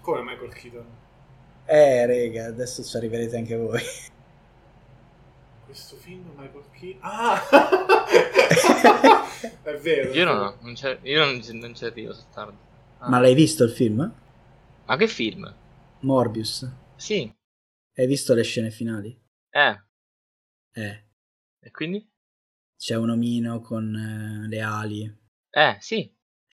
Come Michael Keaton? Rega, adesso ci arriverete anche voi. Questo film Michael Keaton... Ah! È vero. Io non ci arrivo, sono tardi. Ma l'hai visto il film? Ma che film? Morbius. Sì. Hai visto le scene finali? E quindi? C'è un omino con le ali. Sì.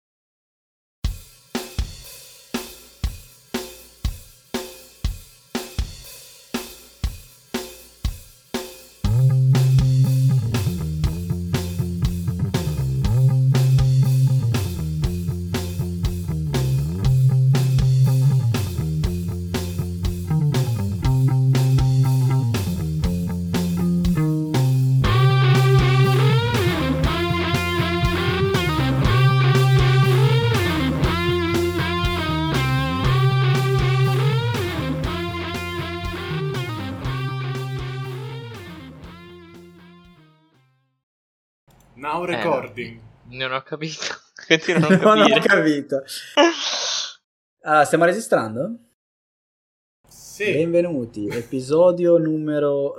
Now recording. Non ho capito. Continuo a non Non capire. ho capito. Stiamo registrando? Sì. Benvenuti, episodio numero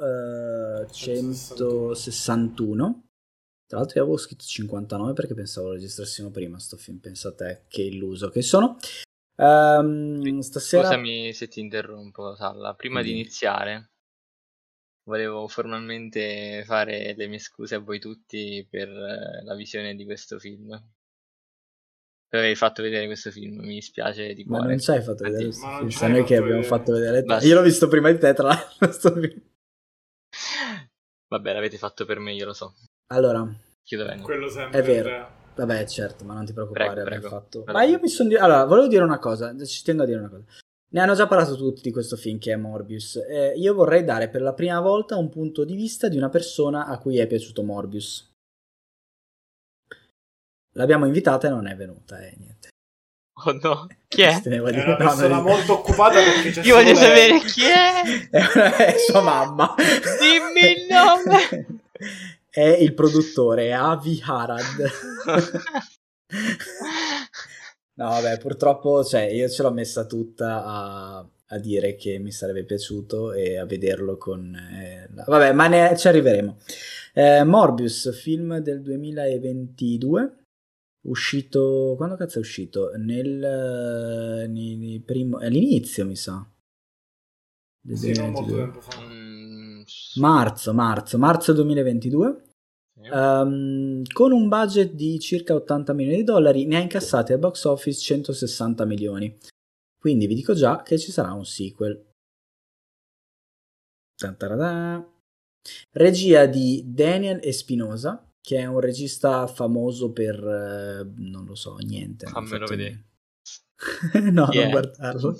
161. Tra l'altro io avevo scritto 59 perché pensavo lo registrassimo prima sto film. Pensa a te che illuso che sono. Stasera... Scusami se ti interrompo, Salla. Prima di iniziare volevo formalmente fare le mie scuse a voi tutti per la visione di questo film. Per aver fatto vedere questo film, mi dispiace di Ma cuore. non ci hai fatto vedere questo Ma non film, ci sai hai noi che fatto abbiamo vedere. fatto vedere te. Basta. Io l'ho visto prima di te, tra l'altro, sto film. Vabbè, l'avete fatto per me, io lo so. Allora, Chiudo vengo. Quello sempre. è vero. Andrea. Vabbè, certo, ma non ti preoccupare, Prego, aver prego. fatto. Vado Ma io avanti. mi sono. Allora, volevo dire una cosa, ci tengo a dire una cosa. Ne hanno già parlato tutti di questo film che è Morbius. Io vorrei dare per la prima volta un punto di vista di una persona a cui è piaciuto Morbius. L'abbiamo invitata e non è venuta, niente. Oh no, chi è? È una persona molto occupata perché c'è Io voglio solo lei. sapere chi è. È sua mamma. Dimmi il nome. È il produttore, Avi Arad. No, vabbè, purtroppo, cioè, io ce l'ho messa tutta a dire che mi sarebbe piaciuto e a vederlo con... vabbè, ma ci arriveremo. Morbius, film del 2022, uscito... Quando cazzo è uscito? All'inizio, mi sa. Del Sì, non molto 2022. tempo fa. Marzo 2022. Con un budget di circa 80 milioni di dollari ne ha incassati al box office 160 milioni, quindi vi dico già che ci sarà un sequel. Tantarada. Regia di Daniel Espinosa, che è un regista famoso per non lo so, niente. Fammelo vedere. No, Chi non è? guardarlo.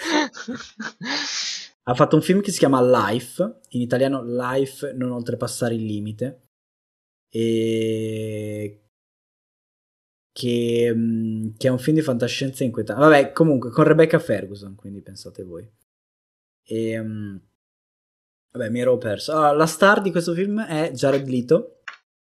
Ha fatto un film che si chiama Life, in italiano Life non oltrepassare il limite, e che è un film di fantascienza inquietante. Vabbè, comunque con Rebecca Ferguson, quindi pensate voi. E vabbè, mi ero perso. Allora, la star di questo film è Jared Leto,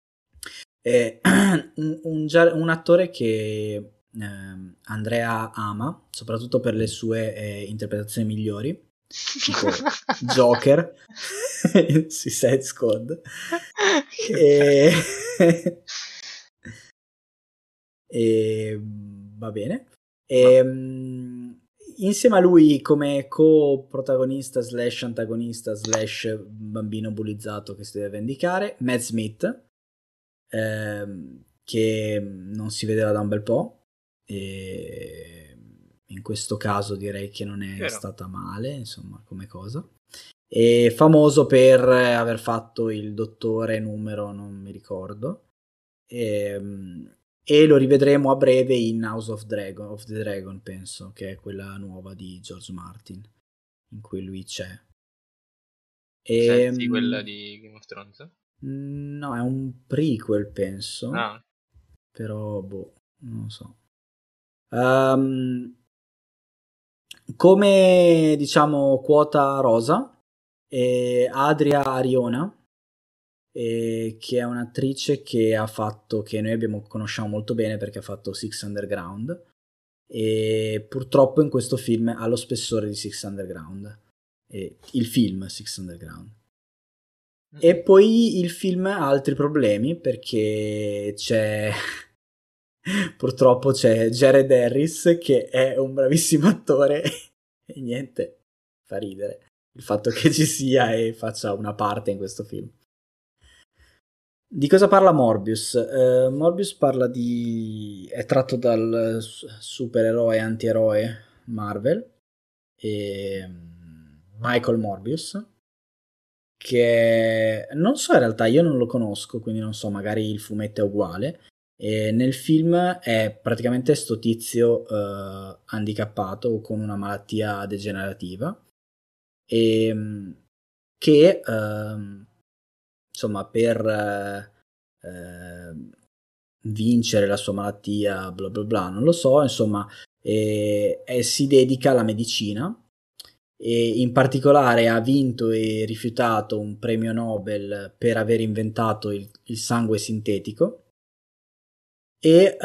un attore che Andrea ama, soprattutto per le sue interpretazioni migliori, tipo Joker Suicide Squad. E va bene. Insieme a lui come co-protagonista / antagonista / bambino bullizzato che si deve vendicare, Matt Smith, che non si vedeva da un bel po', e in questo caso direi che non è stata male, insomma, come cosa. È famoso per aver fatto il dottore numero non mi ricordo, e lo rivedremo a breve in House of the Dragon, penso, che è quella nuova di George Martin in cui lui c'è. Senti quella di Game of Thrones? No, è un prequel, penso. Ah. Però boh, non so. Come diciamo quota rosa, Adria Ariona, che è un'attrice che ha fatto, che noi conosciamo molto bene perché ha fatto Six Underground, e purtroppo in questo film ha lo spessore di Six Underground, il film Six Underground. E poi il film ha altri problemi perché purtroppo c'è Jared Harris che è un bravissimo attore e niente, fa ridere il fatto che ci sia e faccia una parte in questo film. Di cosa parla Morbius? Morbius è tratto dal supereroe antieroe Marvel, Michael Morbius, che non so, in realtà io non lo conosco, quindi non so, magari il fumetto è uguale. E nel film è praticamente sto tizio handicappato con una malattia degenerativa che insomma per vincere la sua malattia bla bla bla, non lo so, insomma si dedica alla medicina e in particolare ha vinto e rifiutato un premio Nobel per aver inventato il sangue sintetico e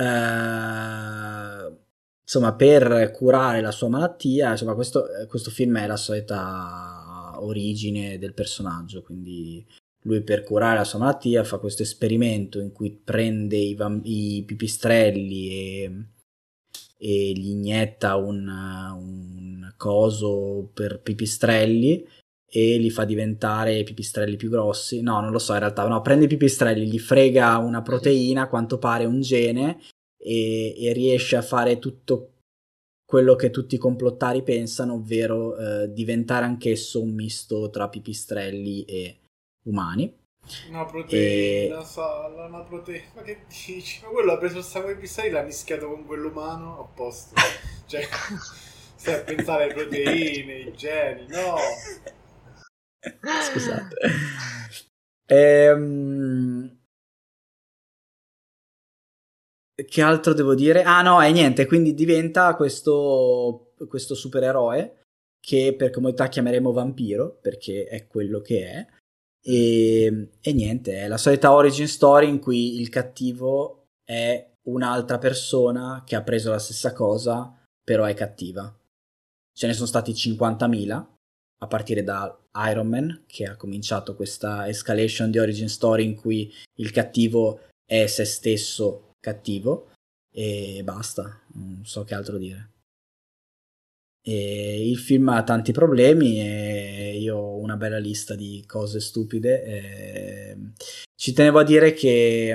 insomma per curare la sua malattia, insomma questo film è la solita origine del personaggio, quindi lui per curare la sua malattia fa questo esperimento in cui prende i pipistrelli e gli inietta un coso per pipistrelli e li fa diventare pipistrelli più grossi. No, non lo so in realtà, no, prende i pipistrelli, gli frega una proteina, a quanto pare un gene, e riesce a fare tutto quello che tutti i complottari pensano, ovvero diventare anch'esso un misto tra pipistrelli e umani. Una proteina, una proteina, ma che dici? Ma quello ha preso il sangue di pipistrelli, l'ha mischiato con quello umano, a posto. Cioè, stai a pensare alle proteine, i geni, no? Scusate. Che altro devo dire? Ah no, e niente, quindi diventa questo supereroe che per comodità chiameremo vampiro, perché è quello che è. E niente, è la solita origin story in cui il cattivo è un'altra persona che ha preso la stessa cosa, però è cattiva. Ce ne sono stati 50.000 a partire da Iron Man, che ha cominciato questa escalation di origin story in cui il cattivo è se stesso cattivo, e basta, non so che altro dire. E il film ha tanti problemi e io ho una bella lista di cose stupide. Ci tenevo a dire che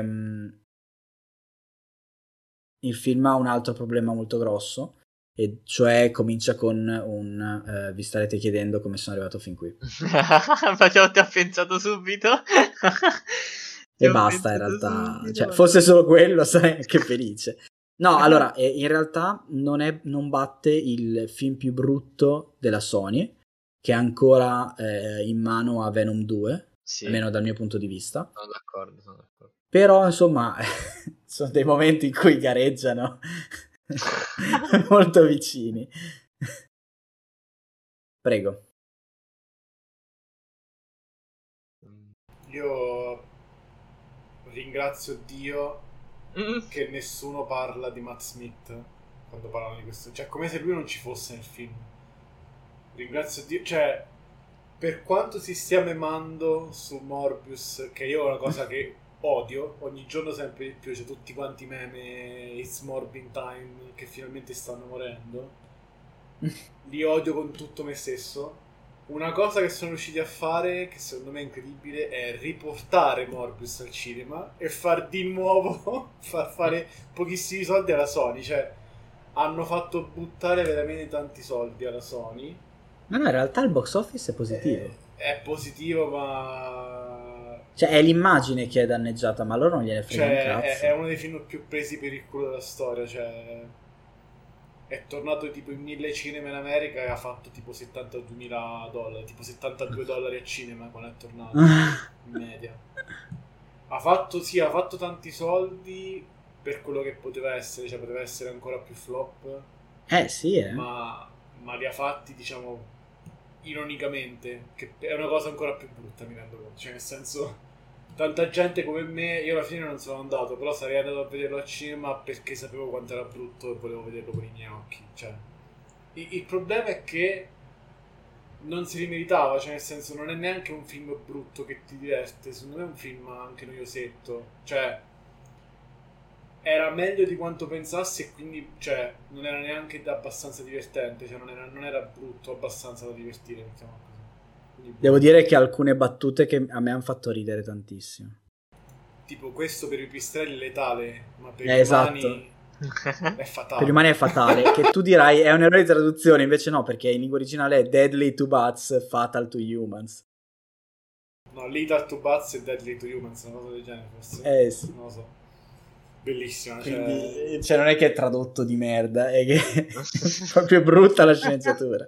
il film ha un altro problema molto grosso, e cioè comincia con vi starete chiedendo come sono arrivato fin qui. Ti ho pensato subito. E basta, in realtà, cioè, fosse solo quello sarei anche felice. No, allora, in realtà non batte il film più brutto della Sony, che è ancora in mano a Venom 2, sì, almeno dal mio punto di vista. Sono d'accordo. Però, insomma, sono dei momenti in cui gareggiano molto vicini. Prego. Io ringrazio Dio che nessuno parla di Matt Smith quando parlano di questo, cioè come se lui non ci fosse nel film. Ringrazio Dio, cioè per quanto si stia memando su Morbius, che io è una cosa che odio ogni giorno sempre di più, cioè tutti quanti meme It's Morbin Time che finalmente stanno morendo, li odio con tutto me stesso. Una cosa che sono riusciti a fare, che secondo me è incredibile, è riportare Morbius al cinema e far di nuovo far fare pochissimi soldi alla Sony. Cioè, hanno fatto buttare veramente tanti soldi alla Sony. Ma no, in realtà il box office è positivo. È positivo, ma... Cioè, è l'immagine che è danneggiata, ma loro non gliene frega un cazzo. È uno dei film più presi per il culo della storia, cioè... È tornato tipo in 1000 cinema in America e ha fatto tipo $72.000, tipo $72 a cinema quando è tornato in media. Ha fatto tanti soldi per quello che poteva essere, cioè poteva essere ancora più flop. Sì, ma li ha fatti, diciamo, ironicamente, che è una cosa ancora più brutta, mi rendo conto, cioè nel senso tanta gente come me, io alla fine non sono andato, però sarei andato a vederlo al cinema perché sapevo quanto era brutto e volevo vederlo con i miei occhi. Cioè, il problema è che non si rimeritava, cioè nel senso non è neanche un film brutto che ti diverte, secondo me è un film anche noiosetto, cioè era meglio di quanto pensassi e quindi cioè non era neanche abbastanza divertente, cioè non era brutto abbastanza da divertire, mettiamo così. Quindi, Devo dire che alcune battute che a me hanno fatto ridere tantissimo. tipo questo per i pipistrelli è letale, ma per gli esatto. umani è fatale. Per gli umani è fatale, che tu dirai è un errore di traduzione, invece no, perché in lingua originale è deadly to bats, fatal to humans. No, lethal to bats e deadly to humans, una cosa del genere forse. Sì. Non lo so. Bellissima. Quindi, cioè non è che è tradotto di merda, è che è proprio brutta la sceneggiatura.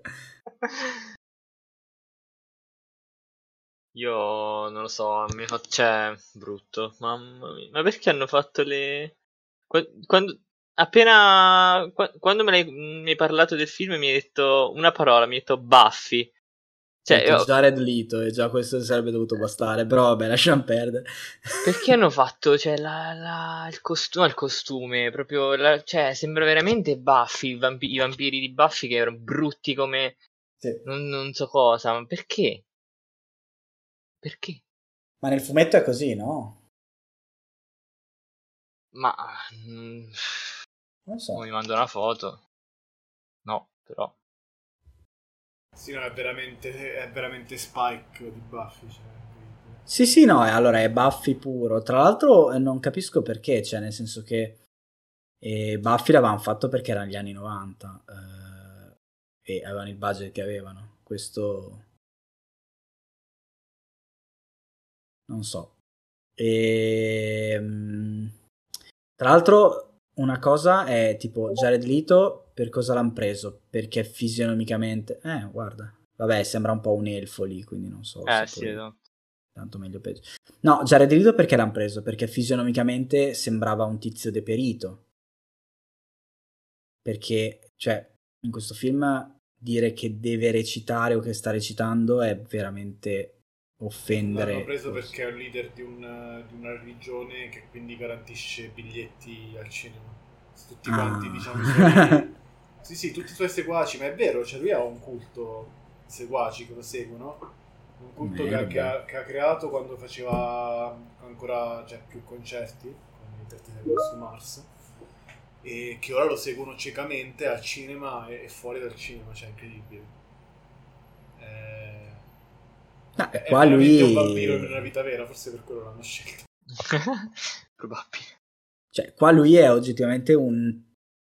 Io non lo so, mi fa... cioè, brutto, mamma mia. Ma perché hanno fatto le... Quando... Appena... Quando mi hai parlato del film mi hai detto una parola, mi hai detto Buffy. Cioè, io... Jared Leto, e già questo sarebbe dovuto bastare, però vabbè, lasciamo perdere. Perché hanno fatto, cioè, il costume, proprio, cioè, sembra veramente Buffy, i vampiri di Buffy che erano brutti come... Sì. Non so cosa, ma perché? Perché? Ma nel fumetto è così, no? Ma... Non so. mi mando una foto. No, però... Sì, no, è veramente Spike di Buffy, cioè. Sì, no, allora è Buffy puro. Tra l'altro non capisco perché, cioè nel senso che Buffy l'avevano fatto perché erano gli anni 90 e avevano il budget che avevano. Questo non so. Tra l'altro una cosa è tipo Jared Leto per cosa l'hanno preso? Perché fisionomicamente guarda, vabbè, sembra un po' un elfo lì, quindi non so se sì, poi esatto. tanto meglio peggio. No, Jared Leto perché l'hanno preso? Perché fisionomicamente sembrava un tizio deperito. Perché, cioè, in questo film dire che deve recitare o che sta recitando è veramente offendere. L'hanno preso perché è un leader di una religione che quindi garantisce biglietti al cinema. Tutti quanti, diciamo, i suoi... sì, tutti i suoi seguaci, ma è vero, cioè lui ha un culto seguaci che lo seguono. Un culto che ha creato quando faceva ancora più concerti, con i Terti su Mars, e che ora lo seguono ciecamente al cinema e fuori dal cinema, cioè è incredibile. È qua veramente lui un vampiro nella vita vera, forse per quello l'hanno scelto. Probabile. Cioè, qua lui è oggettivamente un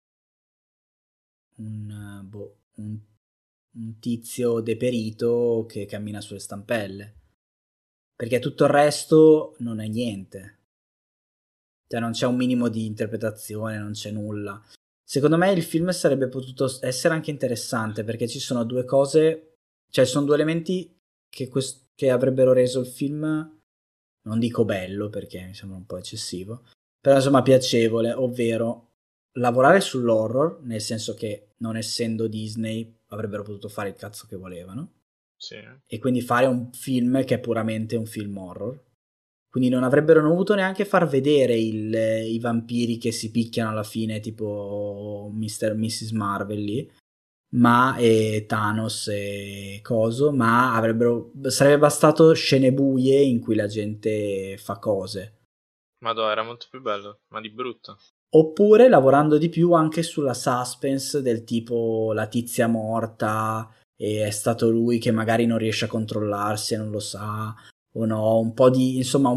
tizio deperito che cammina sulle stampelle. Perché tutto il resto non è niente. Cioè, non c'è un minimo di interpretazione, non c'è nulla. Secondo me il film sarebbe potuto essere anche interessante perché ci sono due cose, cioè sono due elementi che avrebbero reso il film, non dico bello perché mi sembra un po' eccessivo, però insomma piacevole, ovvero lavorare sull'horror, nel senso che non essendo Disney avrebbero potuto fare il cazzo che volevano, sì. E quindi fare un film che è puramente un film horror. Quindi non avrebbero dovuto neanche far vedere i vampiri che si picchiano alla fine, tipo Mrs. Marvel lì, ma Thanos e coso, ma sarebbe bastato scene buie in cui la gente fa cose. Madonna, era molto più bello, ma di brutto. Oppure lavorando di più anche sulla suspense del tipo la tizia morta e è stato lui che magari non riesce a controllarsi e non lo sa, o no, un po' di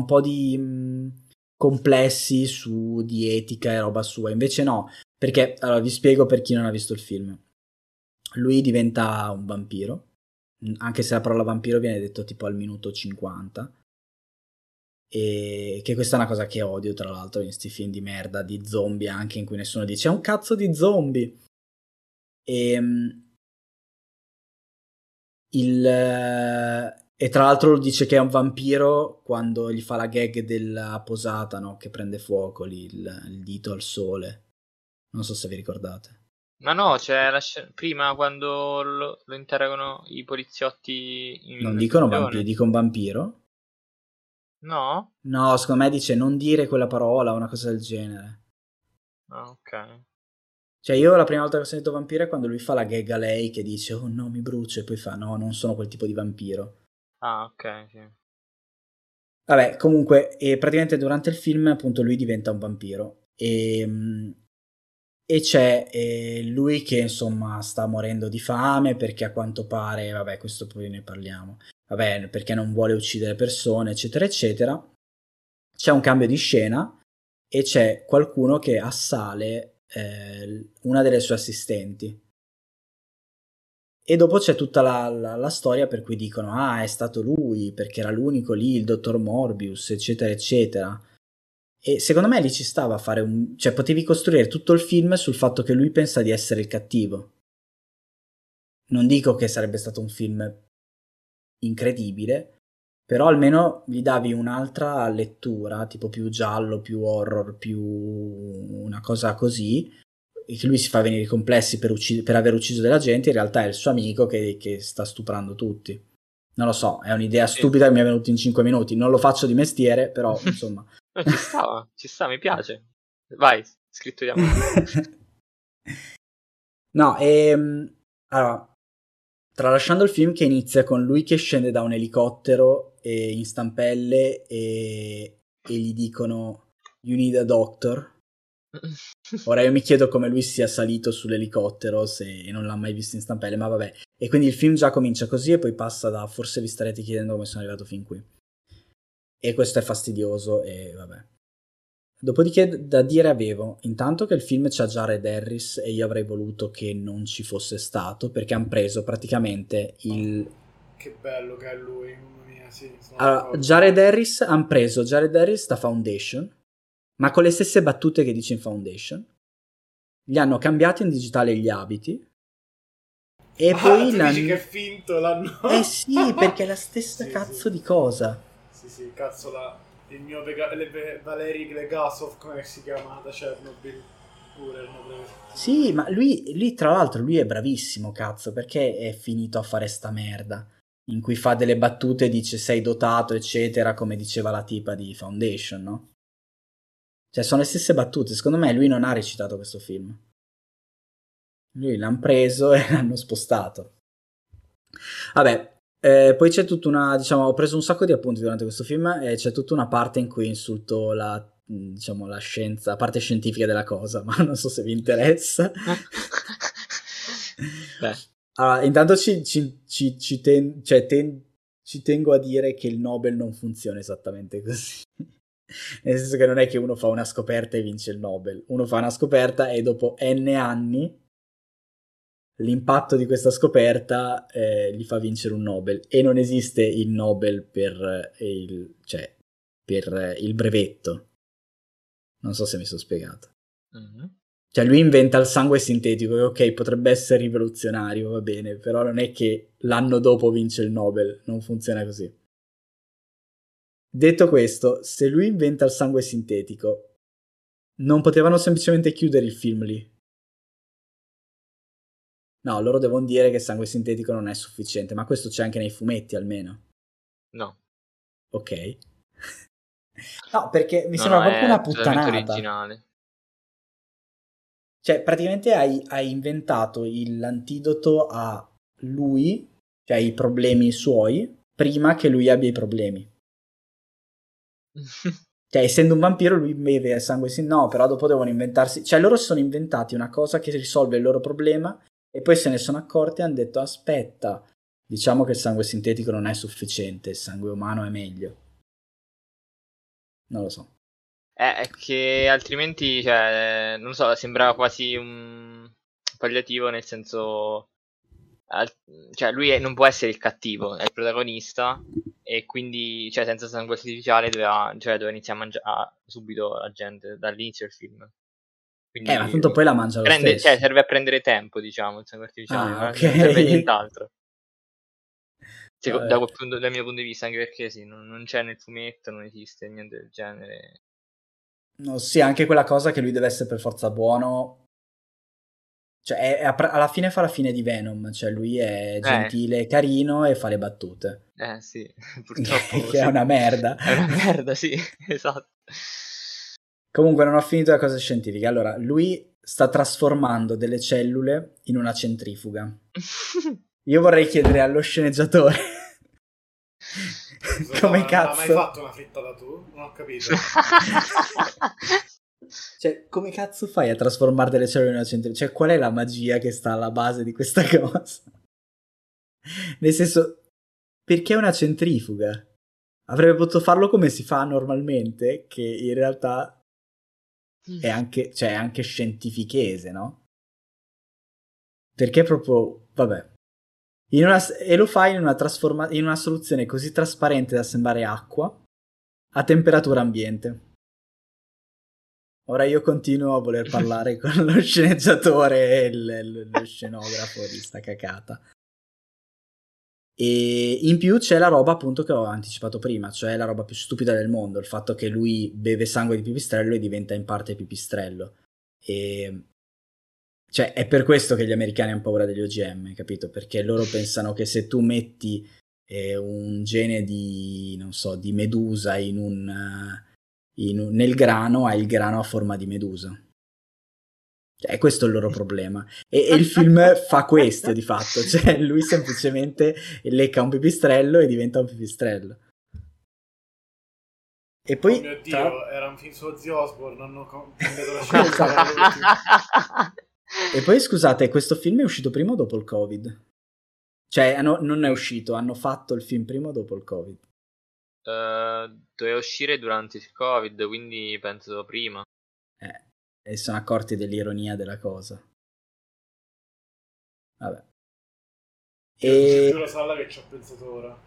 complessi di etica e roba sua. Invece no, perché allora vi spiego per chi non ha visto il film. Lui diventa un vampiro, anche se la parola vampiro viene detto tipo al minuto 50. E che questa è una cosa che odio tra l'altro in sti film di merda di zombie anche in cui nessuno dice è un cazzo di zombie e tra l'altro lo dice che è un vampiro quando gli fa la gag della posata, no? Che prende fuoco lì il dito al sole, non so se vi ricordate. Ma no, c'è prima quando lo interrogano i poliziotti non dicono vampiro, dicono vampiro. No? No, secondo me dice non dire quella parola, una cosa del genere. Ah, ok. Cioè io la prima volta che ho sentito vampiro è quando lui fa la gag a lei che dice oh no mi brucio e poi fa no non sono quel tipo di vampiro. Ah, ok, sì. Vabbè comunque praticamente durante il film appunto lui diventa un vampiro e c'è lui che insomma sta morendo di fame perché a quanto pare, vabbè questo poi ne parliamo, vabbè perché non vuole uccidere persone eccetera eccetera. C'è un cambio di scena e c'è qualcuno che assale una delle sue assistenti. E dopo c'è tutta la storia per cui dicono ah è stato lui perché era l'unico lì, il dottor Morbius eccetera eccetera. E secondo me lì ci stava a fare cioè potevi costruire tutto il film sul fatto che lui pensa di essere il cattivo. Non dico che sarebbe stato un film incredibile, però almeno gli davi un'altra lettura, tipo più giallo, più horror, più una cosa così, e che lui si fa venire i complessi per aver ucciso della gente, in realtà è il suo amico che sta stuprando tutti. Non lo so, è un'idea Sì. stupida che mi è venuta in 5 minuti, non lo faccio di mestiere, però insomma... No, ci sta, mi piace. Vai, scritturiamo. No, allora, tralasciando il film che inizia con lui che scende da un elicottero in stampelle e gli dicono You need a doctor. Ora io mi chiedo come lui sia salito sull'elicottero se non l'ha mai visto in stampelle, ma vabbè. E quindi il film già comincia così e poi passa da forse vi starete chiedendo come sono arrivato fin qui. E questo è fastidioso e vabbè. Dopodiché da dire avevo intanto che il film c'ha Jared Harris e io avrei voluto che non ci fosse stato perché hanno preso praticamente il... Che bello che è lui, mamma mia, sì, sono Allora, d'accordo. hanno preso Jared Harris da Foundation, ma con le stesse battute che dice in Foundation. Gli hanno cambiato in digitale gli abiti e poi tu dici che è finto l'hanno... Eh sì, perché è la stessa sì, cazzo sì. di cosa. Sì, cazzo il mio Valery Legasov, come si chiama da Chernobyl, pure hanno preso. Sì, ma lui tra l'altro lui è bravissimo, cazzo, perché è finito a fare sta merda in cui fa delle battute e dice sei dotato, eccetera, come diceva la tipa di Foundation, no? Cioè, sono le stesse battute. Secondo me lui non ha recitato questo film. Lui l'hanno preso e l'hanno spostato. Vabbè, poi c'è tutta una, diciamo, ho preso un sacco di appunti durante questo film e c'è tutta una parte in cui insulto diciamo, la scienza, la parte scientifica della cosa, ma non so se vi interessa. Beh. Allora, intanto ci tengo a dire che il Nobel non funziona esattamente così. Nel senso che non è che uno fa una scoperta e vince il Nobel. Uno fa una scoperta e dopo N anni l'impatto di questa scoperta gli fa vincere un Nobel. E non esiste il Nobel per il brevetto. Non so se mi sono spiegato. Mm-hmm. Cioè lui inventa il sangue sintetico, ok, potrebbe essere rivoluzionario, va bene, però non è che l'anno dopo vince il Nobel, non funziona così. Detto questo, se lui inventa il sangue sintetico, non potevano semplicemente chiudere il film lì. No, loro devono dire che il sangue sintetico non è sufficiente, ma questo c'è anche nei fumetti almeno. No. Ok. No, perché mi No, sembra proprio una è totalmente puttanata. originale. Cioè, praticamente hai inventato l'antidoto a lui, cioè ai problemi suoi, prima che lui abbia i problemi. Cioè, essendo un vampiro, lui beve il sangue no, però dopo devono inventarsi... Cioè, loro si sono inventati una cosa che risolve il loro problema e poi se ne sono accorti e hanno detto, aspetta, diciamo che il sangue sintetico non è sufficiente, il sangue umano è meglio. Non lo so. È che altrimenti, cioè, non lo so, sembrava quasi un palliativo, nel senso... cioè, non può essere il cattivo, è il protagonista e quindi, cioè, senza sangue artificiale doveva iniziare a mangiare subito la gente dall'inizio del film. Ma Quindi tanto poi la mangia lo cioè, stesso. serve a prendere tempo, diciamo, il sangue artificiale, Ah, ma ok. non serve a nient'altro. Vabbè. Dal mio punto di vista, anche perché sì, non c'è nel fumetto, non esiste niente del genere. No, sì, anche quella cosa che lui deve essere per forza buono. Cioè, alla fine fa la fine di Venom, cioè lui è gentile, carino e fa le battute. Sì, purtroppo che è una merda. È una merda, sì, esatto. Comunque non ho finito la cosa scientifica. Allora, lui sta trasformando delle cellule in una centrifuga. Io vorrei chiedere allo sceneggiatore come cazzo... Non hai mai fatto una frittata tu? Non ho capito. Cioè, come cazzo fai a trasformare delle cellule in una centrifuga? Cioè, qual è la magia che sta alla base di questa cosa? Nel senso, perché una centrifuga? Avrebbe potuto farlo come si fa normalmente, che in realtà è anche, cioè, è anche scientifichese, no? Perché proprio, vabbè. E lo fai in una soluzione così trasparente da sembrare acqua a temperatura ambiente. Ora io continuo a voler parlare con lo sceneggiatore e lo scenografo di sta cacata. E in più c'è la roba appunto che ho anticipato prima, cioè la roba più stupida del mondo, il fatto che lui beve sangue di pipistrello e diventa in parte pipistrello. E cioè è per questo che gli americani hanno paura degli OGM, capito? Perché loro pensano che se tu metti un gene di, non so, di medusa nel grano, hai il grano a forma di medusa. Cioè, è questo il loro problema. E il film fa questo di fatto, cioè lui semplicemente lecca un pipistrello e diventa un pipistrello. E poi, oh mio Dio, era un film su Ozzy Osbourne, hanno cambiato la scelta. E poi scusate, questo film è uscito prima o dopo il Covid? Cioè, non è uscito, hanno fatto il film prima o dopo il Covid? Doveva uscire durante il Covid, quindi penso prima. E sono accorti dell'ironia della cosa. Vabbè. Io giuro Salla che ci ho pensato ora.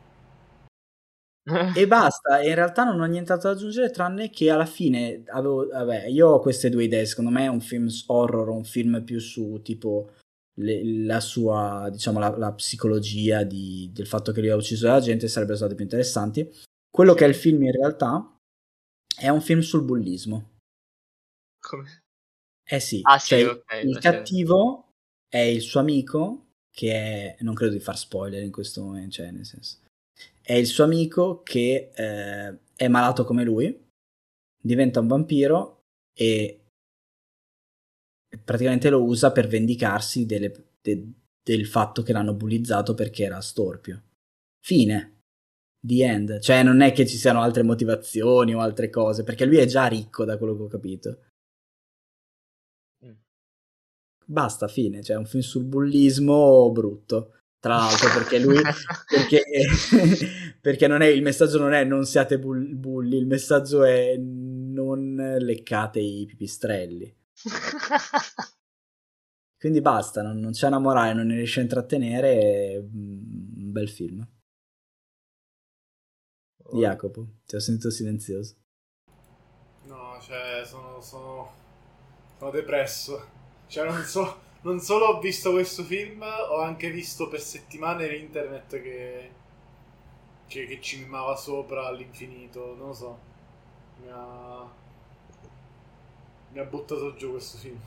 E basta, in realtà non ho nient'altro da aggiungere tranne che alla fine io ho queste due idee, secondo me è un film horror, un film più su tipo la sua, diciamo, la psicologia del fatto che lui ha ucciso la gente sarebbero state più interessanti. Quello che è il film in realtà è un film sul bullismo. Come? Sì, sì, cioè okay, il cattivo è il suo amico che è, non credo di far spoiler in questo momento, cioè nel senso è il suo amico che è malato come lui, diventa un vampiro e praticamente lo usa per vendicarsi del fatto che l'hanno bullizzato perché era storpio. Fine. The end. Cioè non è che ci siano altre motivazioni o altre cose, perché lui è già ricco da quello che ho capito. Basta, fine. Cioè è un film sul bullismo brutto. Tra l'altro perché lui perché non è, il messaggio non è non siate bulli, il messaggio è non leccate i pipistrelli. Quindi basta, non c'è una morale, non ne riesce a intrattenere, un bel film. Jacopo, ti ho sentito silenzioso. No, cioè sono depresso. Cioè non solo ho visto questo film, ho anche visto per settimane l'internet che ci mimava sopra all'infinito, non lo so. Mi ha buttato giù questo film.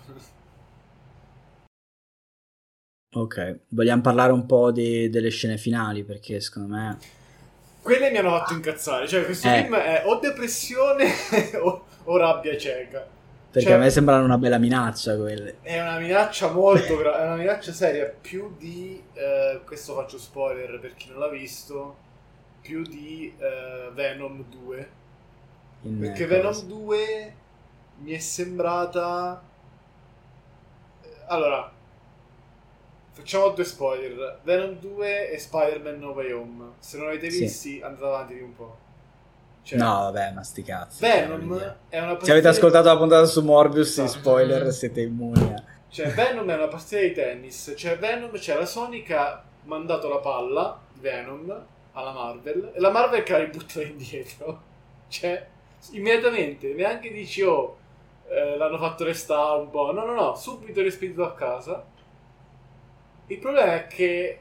Ok, vogliamo parlare un po' delle scene finali, perché secondo me quelle mi hanno fatto incazzare. Cioè questo film è o depressione o rabbia cieca. Perché cioè, a me sembrano una bella minaccia quelle. È una minaccia molto è una minaccia seria, più di questo faccio spoiler per chi non l'ha visto, più di Venom 2. Perché Venom 2 mi è sembrata allora facciamo due spoiler. Venom 2 e Spider-Man No Way Home. Se non avete visti andate avanti di un po'. Cioè, no, vabbè, ma sti cazzi. Venom è una partita. Se avete ascoltato la puntata su Morbius, esatto. Spoiler, siete immuni. Cioè, Venom è una partita di tennis. Cioè, la Sony che ha mandato la palla di Venom alla Marvel e la Marvel che la ributtata indietro. Cioè, immediatamente, neanche dici, l'hanno fatto restare un po'. No, subito rispedito a casa. Il problema è che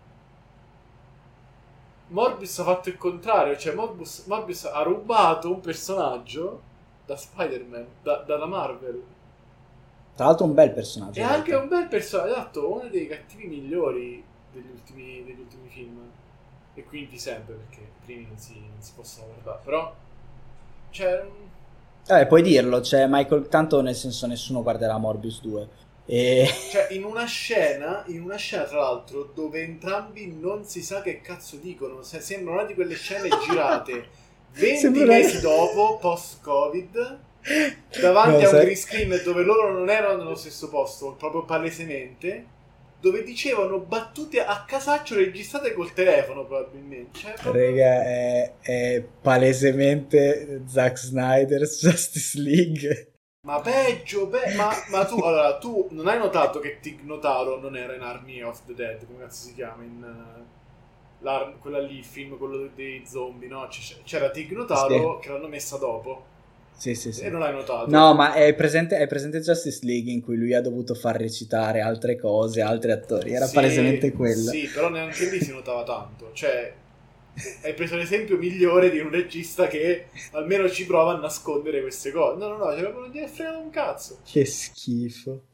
Morbius ha fatto il contrario, cioè Morbius ha rubato un personaggio da Spider-Man, dalla Marvel. Tra l'altro un bel personaggio. È anche un bel personaggio, esatto, uno dei cattivi migliori degli ultimi film. E quindi sempre, perché i primi non si possono guardare. Però, cioè... puoi dirlo, c'è Michael, tanto nel senso nessuno guarderà Morbius 2. Cioè, in una scena tra l'altro, dove entrambi non si sa che cazzo dicono, sembra una di quelle scene girate 20 mesi dopo, post-Covid, davanti a un green screen dove loro non erano nello stesso posto, proprio palesemente, dove dicevano battute a casaccio registrate col telefono, probabilmente. Cioè, proprio... Raga, è palesemente Zack Snyder's Justice League. Ma peggio, ma tu non hai notato che Tig Notaro non era in Army of the Dead, come cazzo si chiama, quella lì, il film, quello dei zombie, no? C'era Tig Notaro, sì, che l'hanno messa dopo. Sì. E non l'hai notato? No, ma è presente Justice League in cui lui ha dovuto far recitare altre cose, altri attori, era palesemente quello. Sì, però neanche lì si notava tanto, cioè... Hai preso l'esempio migliore di un regista che almeno ci prova a nascondere queste cose. No, cioè non gliene frega un cazzo. Che schifo.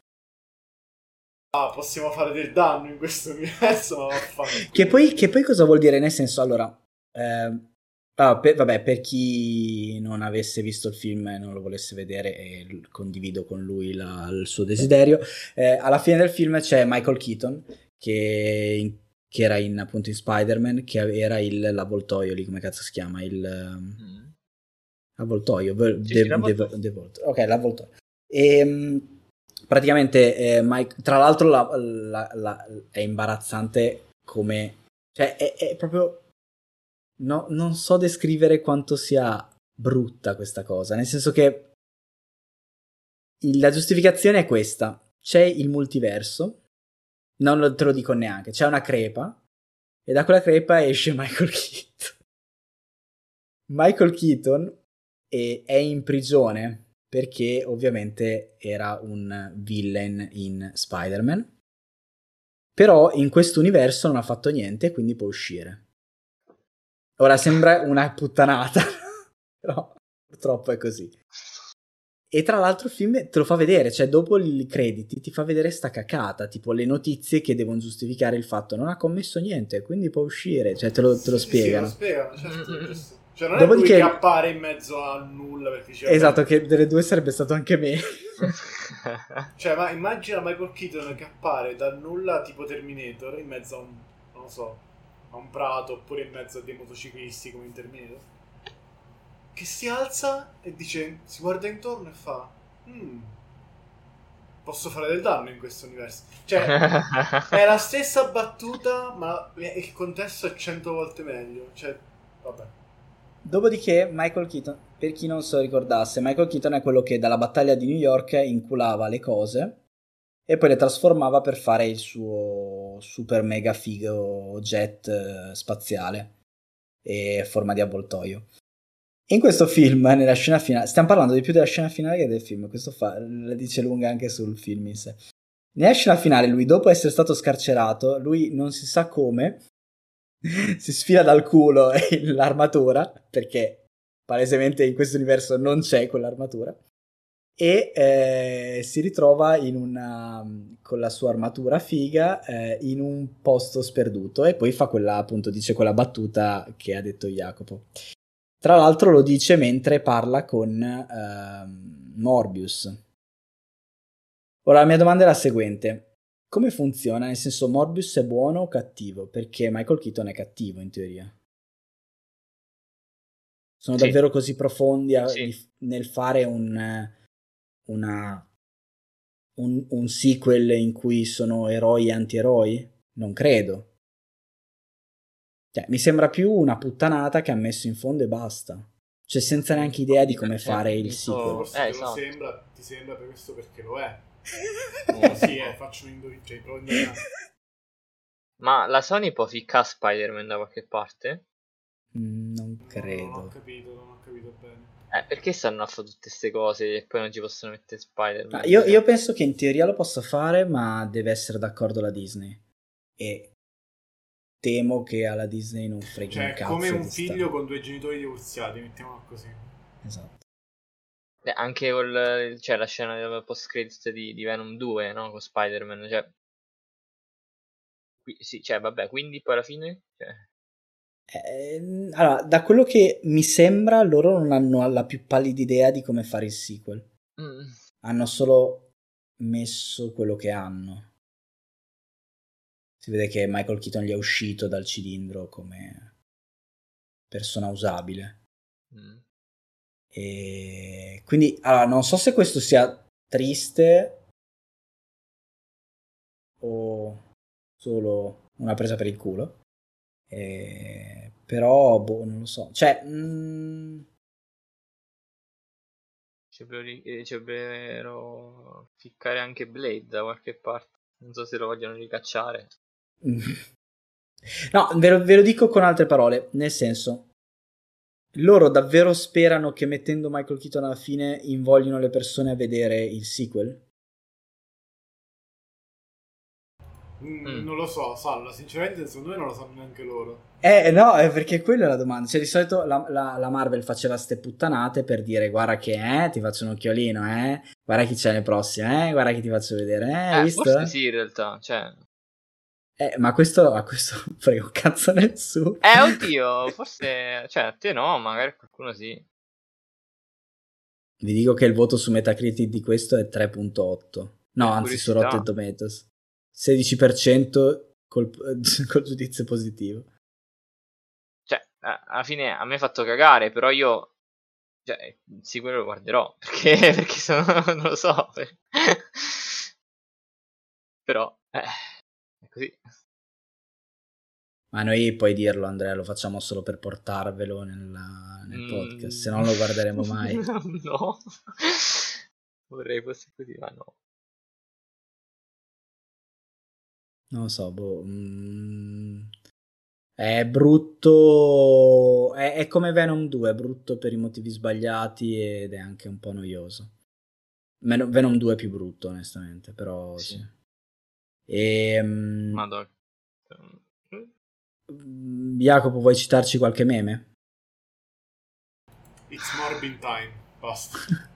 Possiamo fare del danno in questo universo, ma vaffanculo. Che poi cosa vuol dire? Nel senso, allora... vabbè, per chi non avesse visto il film e non lo volesse vedere, e condivido con lui il suo desiderio, alla fine del film c'è Michael Keaton che era appunto in Spider-Man, che era l'avvoltoio lì, come cazzo si chiama? Avvoltoio, ok, l'avvoltoio. E praticamente tra l'altro è imbarazzante come... Cioè è proprio... No, non so descrivere quanto sia brutta questa cosa, nel senso che la giustificazione è questa: c'è il multiverso, non te lo dico neanche, c'è una crepa e da quella crepa esce Michael Keaton. Michael Keaton è in prigione perché ovviamente era un villain in Spider-Man, però in questo universo non ha fatto niente, quindi può uscire. Ora sembra una puttanata, però purtroppo è così. E tra l'altro il film te lo fa vedere, cioè dopo i crediti ti fa vedere sta cacata, tipo le notizie che devono giustificare il fatto non ha commesso niente, quindi può uscire, cioè te lo spiegano. Sì, lo spiegano, certo. Cioè non è lui che appare in mezzo a nulla, perché esatto, che delle due sarebbe stato anche me. Cioè, ma immagina Michael Keaton che appare dal nulla tipo Terminator in mezzo a un, non lo so, a un prato, oppure in mezzo a dei motociclisti come in Terminator, che si alza e dice, si guarda intorno e fa posso fare del danno in questo universo. Cioè è la stessa battuta, ma il contesto è 100 volte meglio. Cioè, vabbè. Dopodiché Michael Keaton, per chi non se lo ricordasse, Michael Keaton è quello che dalla battaglia di New York inculava le cose e poi le trasformava per fare il suo super mega figo jet spaziale e forma di avvoltoio. In questo film, nella scena finale, stiamo parlando di più della scena finale che del film, questo la dice lunga anche sul film in sé. Nella scena finale lui, dopo essere stato scarcerato, lui non si sa come si sfila dal culo l'armatura, perché palesemente in questo universo non c'è quell'armatura, e si ritrova con la sua armatura figa in un posto sperduto, e poi fa dice quella battuta che ha detto Jacopo. Tra l'altro lo dice mentre parla con Morbius. Ora la mia domanda è la seguente: come funziona? Nel senso, Morbius è buono o cattivo? Perché Michael Keaton è cattivo in teoria. Sono davvero così profondi nel fare un sequel in cui sono eroi e antieroi? Non credo. Cioè, mi sembra più una puttanata che ha messo in fondo e basta. Cioè, senza neanche idea di come fare il sequel. Forse ti sembra per questo, perché lo è. Sì, faccio un indovinare. Ma la Sony può ficcare Spider-Man da qualche parte? Non credo. Non ho capito bene. Perché stanno a fare tutte queste cose e poi non ci possono mettere Spider-Man? Io penso che in teoria lo possa fare, ma deve essere d'accordo la Disney. E temo che alla Disney non freghi un cazzo. Cioè, come un figlio con due genitori divorziati, mettiamola così. Esatto. Anche cioè, la scena del post credits di Venom 2, no? Con Spider-Man, cioè... sì, cioè, vabbè, quindi poi alla fine... Cioè... Allora, da quello che mi sembra, loro non hanno la più pallida idea di come fare il sequel. Hanno solo messo quello che hanno. Si vede che Michael Keaton gli è uscito dal cilindro come persona usabile. E quindi, allora, non so se questo sia triste o solo una presa per il culo. Però, boh, non lo so. Cioè, dovrebbero ficcare anche Blade da qualche parte. Non so se lo vogliono ricacciare. No, ve lo dico con altre parole. Nel senso, loro davvero sperano che mettendo Michael Keaton alla fine invoglino le persone a vedere il sequel? Non lo so, Salla, sinceramente secondo me non lo sanno neanche loro. No, è perché quella è la domanda. Cioè, di solito la Marvel faceva ste puttanate per dire guarda che ti faccio un occhiolino, guarda chi c'è nel prossimo, guarda chi ti faccio vedere, hai visto? Forse sì, in realtà, cioè... ma a questo frega un cazzo nessuno. Oddio, forse... Cioè, a te no, magari qualcuno sì. Vi dico che il voto su Metacritic di questo è 3.8. No, anzi su Rotten Tomatoes. 16% col giudizio positivo. Cioè, alla fine a me ha fatto cagare, però io... Cioè, sicuro lo guarderò, perché non lo so. Però, è così. Ma noi puoi dirlo, Andrea, lo facciamo solo per portarvelo nel podcast, se no non lo guarderemo mai. No, vorrei fosse così, ma no. Non lo so, boh. È brutto, è come Venom 2, è brutto per i motivi sbagliati ed è anche un po' noioso. Venom 2 è più brutto, onestamente, però sì. Madonna. Jacopo, vuoi citarci qualche meme? It's Morbin Time, basta.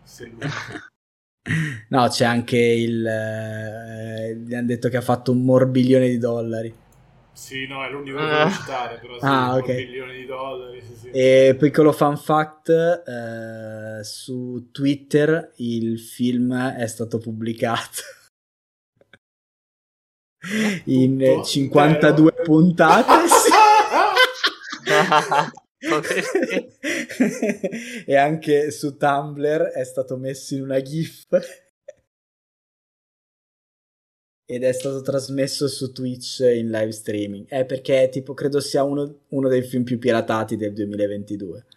No, c'è anche gli hanno detto che ha fatto $1 morbilione. Sì, no, è l'unico che devo citare, però sì, $1 milione, sì. E piccolo fun fact, su Twitter il film è stato pubblicato in 52 puntate. E anche su Tumblr è stato messo in una GIF ed è stato trasmesso su Twitch in live streaming. Perché tipo credo sia uno dei film più piratati del 2022.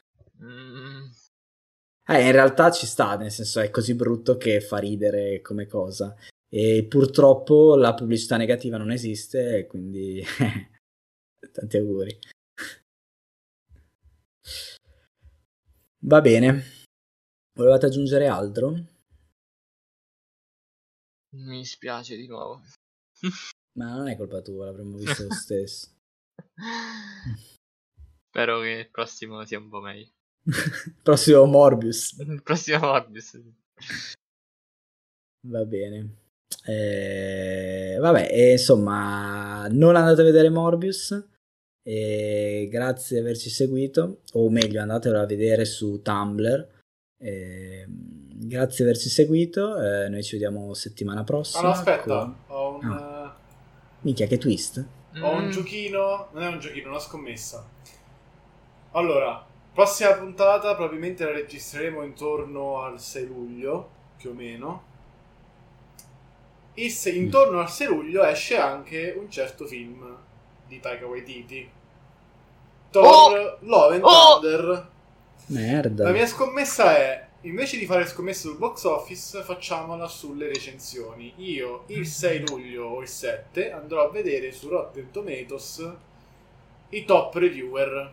In realtà ci sta, nel senso è così brutto che fa ridere come cosa. E purtroppo la pubblicità negativa non esiste, quindi tanti auguri. Va bene. Volevate aggiungere altro? Mi dispiace di nuovo. Ma non è colpa tua, l'avremmo visto lo stesso. Spero che il prossimo sia un po' meglio. Prossimo Morbius. Il prossimo Morbius. Va bene. Vabbè, insomma, non andate a vedere Morbius. Grazie di averci seguito, o meglio, andatelo a vedere su Tumblr. Grazie di averci seguito. Noi ci vediamo settimana prossima. No, aspetta, ho un. Minchia, che twist! Ho un giochino, non è un giochino, una scommessa. Allora, prossima puntata probabilmente la registreremo intorno al 6 luglio, più o meno. Intorno al 6 luglio esce anche un certo film di Taika Waititi, Thor Love and Thunder. Merda. La mia scommessa è, invece di fare scommesse sul box office, facciamola sulle recensioni. Io il 6 luglio o il 7 andrò a vedere su Rotten Tomatoes i top reviewer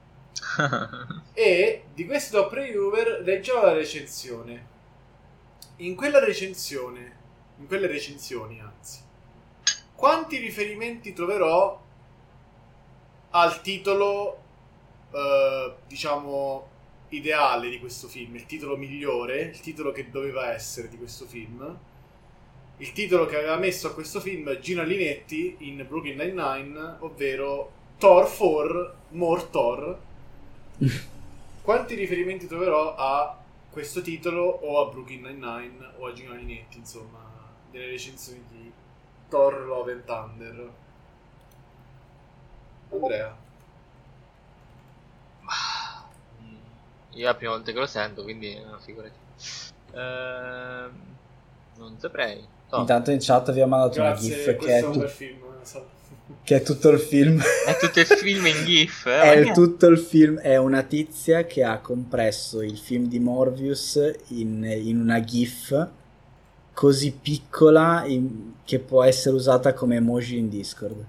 e di questi top reviewer leggerò la recensione. In quelle recensioni, anzi, quanti riferimenti troverò al titolo, diciamo, ideale di questo film, il titolo migliore, il titolo che doveva essere di questo film, il titolo che aveva messo a questo film Gino Linetti in Brooklyn Nine-Nine, ovvero Thor 4, More Thor. Quanti riferimenti troverò a questo titolo o a Brooklyn Nine-Nine o a Gino Linetti, insomma, delle recensioni di Thor Love and Thunder? Andrea? Io è la prima volta che lo sento, quindi figurati. Non saprei. Intanto in chat vi ho mandato una GIF che è, un bel film, che è tutto il film. È tutto il film in GIF. È tutto il film. È una tizia che ha compresso il film di Morbius in una GIF così piccola che può essere usata come emoji in Discord.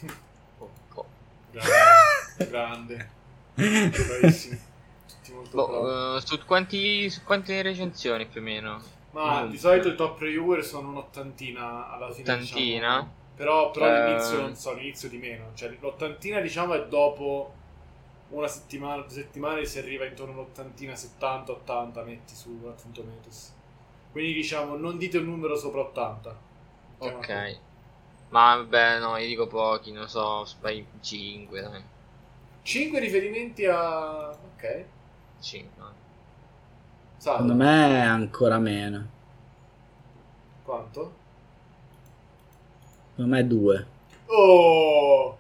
Grande. Bravissimo. Su quante recensioni più o meno? Ma di solito i top reviewer sono un'ottantina alla fine. Ottantina? Diciamo. Però all'inizio non so, all'inizio di meno. Cioè l'ottantina diciamo è dopo una settimana, 2 settimane si arriva intorno all'ottantina, 70, 80 metti su Rotten Tomatoes. Quindi diciamo non dite un numero sopra 80. Ok. Ma vabbè no, io dico pochi, non so, 5 dai. 5 riferimenti a... ok. 5. Secondo me è ancora meno. Quanto? Secondo me è 2. Oh,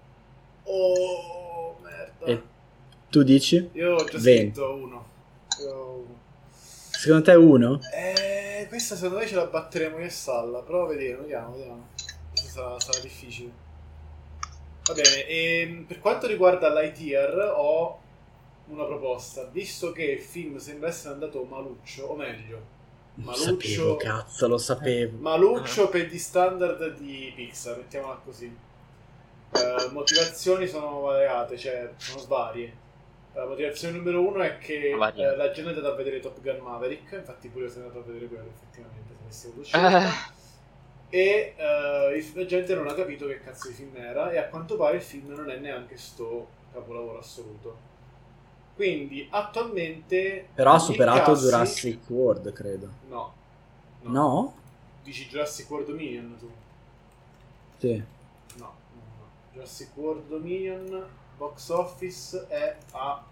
merda. E tu dici? Io ho già scritto 1. Secondo te è 1? Questa secondo me ce la batteremo io e Salla. Però vediamo. Questa sarà difficile. Va bene, e per quanto riguarda Lightyear ho una proposta. Visto che il film sembra essere andato maluccio, o meglio Maluccio, cazzo, lo sapevo. Maluccio per gli standard di Pixar, mettiamola così. Motivazioni sono variate, cioè sono varie. La motivazione numero 1 è che la gente è andata a vedere Top Gun Maverick, infatti pure io sono andato a vedere quello effettivamente, se avessi avuto scelta. E la gente non ha capito che cazzo di film era, e a quanto pare il film non è neanche sto capolavoro assoluto. Quindi attualmente però ha superato Jurassic World, credo. No? Dici Jurassic World Dominion tu? Sì. No. Jurassic World Dominion box office è a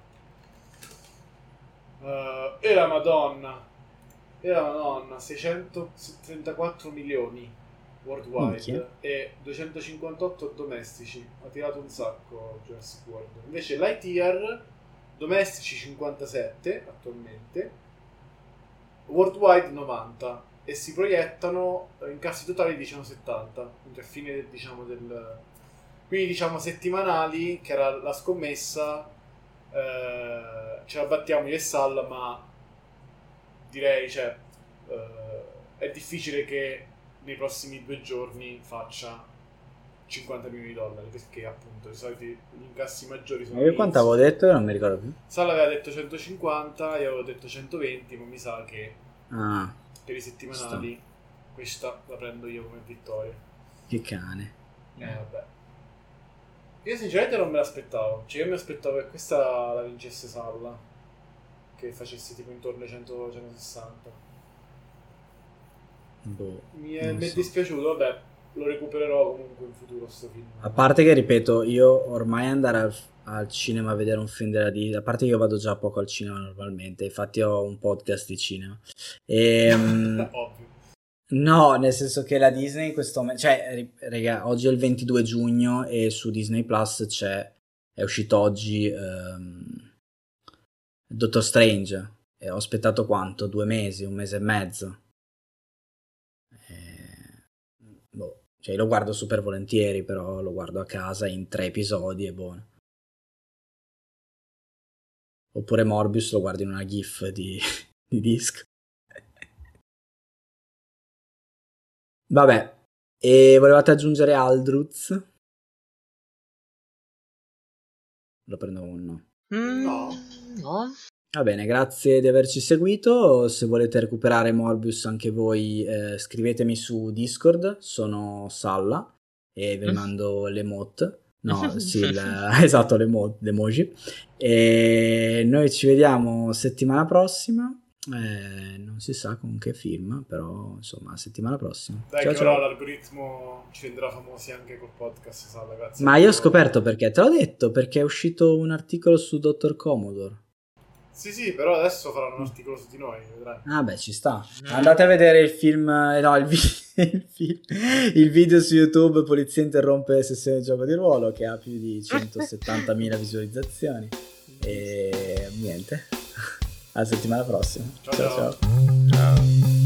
e la Madonna 634 milioni worldwide e 258 domestici. Ha tirato un sacco Jurassic World. Invece Lightyear domestici 57 attualmente, worldwide 90, e si proiettano incassi totali diciamo 70, quindi a fine diciamo quindi diciamo settimanali, che era la scommessa, ce la battiamo io e Salla, ma direi è difficile che nei prossimi 2 giorni faccia 50 milioni di dollari, perché appunto di solito gli incassi maggiori sono... Io quanto avevo detto? Non mi ricordo più. Sala aveva detto 150, io avevo detto 120, ma mi sa che per i settimanali questa la prendo io come vittoria. Che cane. Vabbè. Io sinceramente non me l'aspettavo, cioè io mi aspettavo che questa la vincesse Salla, che facesse tipo intorno ai 100-160. Mi è dispiaciuto, vabbè. Lo recupererò comunque in futuro sto film. A parte che, ripeto, io ormai andare al cinema a vedere un film della Disney, a parte che io vado già poco al cinema normalmente, infatti ho un podcast di cinema. Ovvio. No, nel senso che la Disney in questo momento... Cioè, raga, oggi è il 22 giugno e su Disney Plus è uscito oggi Doctor Strange. E ho aspettato quanto? 2 mesi, 1 mese e mezzo. Cioè lo guardo super volentieri, però lo guardo a casa in 3 episodi e buono. Oppure Morbius lo guardo in una GIF di disc. Vabbè, e volevate aggiungere Aldruz? Lo prendo un no. No. Va bene, grazie di averci seguito. Se volete recuperare Morbius anche voi, scrivetemi su Discord, sono Salla e vi mando l'emote. No, sì, esatto, l'emoji. E noi ci vediamo settimana prossima. Non si sa con che film, però insomma, settimana prossima. Dai, ciao, che ciao. ora l'algoritmo ci renderà famosi anche col podcast, sa, ragazzi. Ma io ho scoperto perché, te l'ho detto, perché è uscito un articolo su Dr. Commodore. Sì, però adesso faranno un articolo su di noi, vedrai. Ah beh, ci sta. Andate a vedere il film, no, il video su YouTube, Polizia interrompe sessione di gioco di ruolo, che ha più di 170.000 visualizzazioni. E niente, alla settimana prossima. Ciao. Ciao.